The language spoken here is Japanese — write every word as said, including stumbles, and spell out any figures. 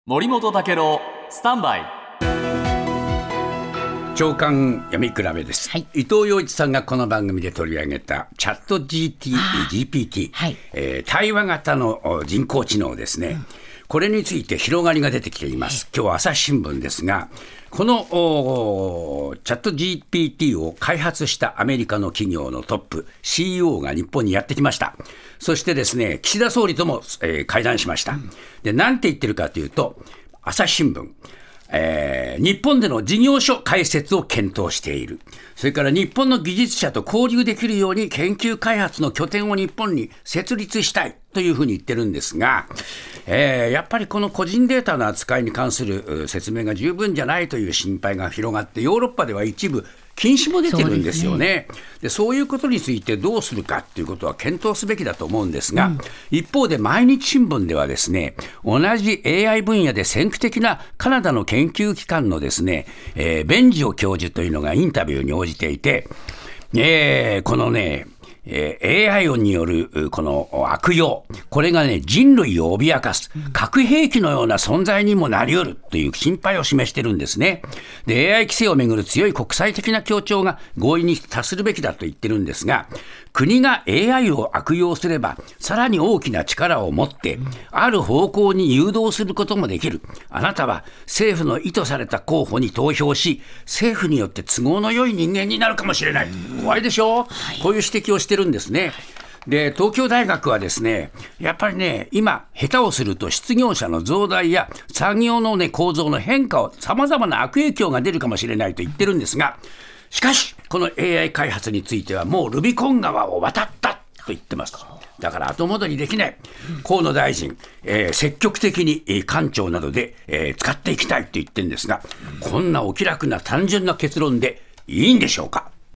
森本武郎スタンバイ長官読み比べです、はい、伊藤洋一さんがこの番組で取り上げたチャット ジーピーティー、はいえー、対話型の人工知能ですね、うん、これについて広がりが出てきています。今日は朝日新聞ですが、このチャット ジーピーティー を開発したアメリカの企業のトップ シーイーオー が日本にやってきました。そしてですね、岸田総理とも、えー、会談しました。で、なんて言ってるかというと、朝日新聞、えー、日本での事業所開設を検討している。それから日本の技術者と交流できるように研究開発の拠点を日本に設立したいというふうに言ってるんですが、えー、やっぱりこの個人データの扱いに関する説明が十分じゃないという心配が広がって、ヨーロッパでは一部禁止も出てるんですよね。そうですね。で、そういうことについてどうするかということは検討すべきだと思うんですが、うん、一方で毎日新聞ではですね、同じ エーアイ 分野で先駆的なカナダの研究機関のですね、えー、ベンジオ教授というのがインタビューに応じていて、えー、このねえー、エーアイ によるこの悪用、これがね人類を脅かす核兵器のような存在にもなり得るという心配を示してるんですね。で エーアイ 規制をめぐる強い国際的な協調が合意に達するべきだと言ってるんですが、国が エーアイ を悪用すればさらに大きな力を持ってある方向に誘導することもできる。あなたは政府の意図された候補に投票し、政府によって都合の良い人間になるかもしれない。怖いでしょ、はい、こういう指摘をしてるんですね。で、東京大学はですね、やっぱりね、今下手をすると失業者の増大や産業の、ね、構造の変化をさまざまな悪影響が出るかもしれないと言ってるんですが、しかしこの エーアイ 開発についてはもうルビコン川を渡ったと言ってます。だから後戻りできない。河野大臣、えー、積極的に、えー、官庁などで、えー、使っていきたいと言ってるんですが、こんなお気楽な単純な結論でいいんでしょうか。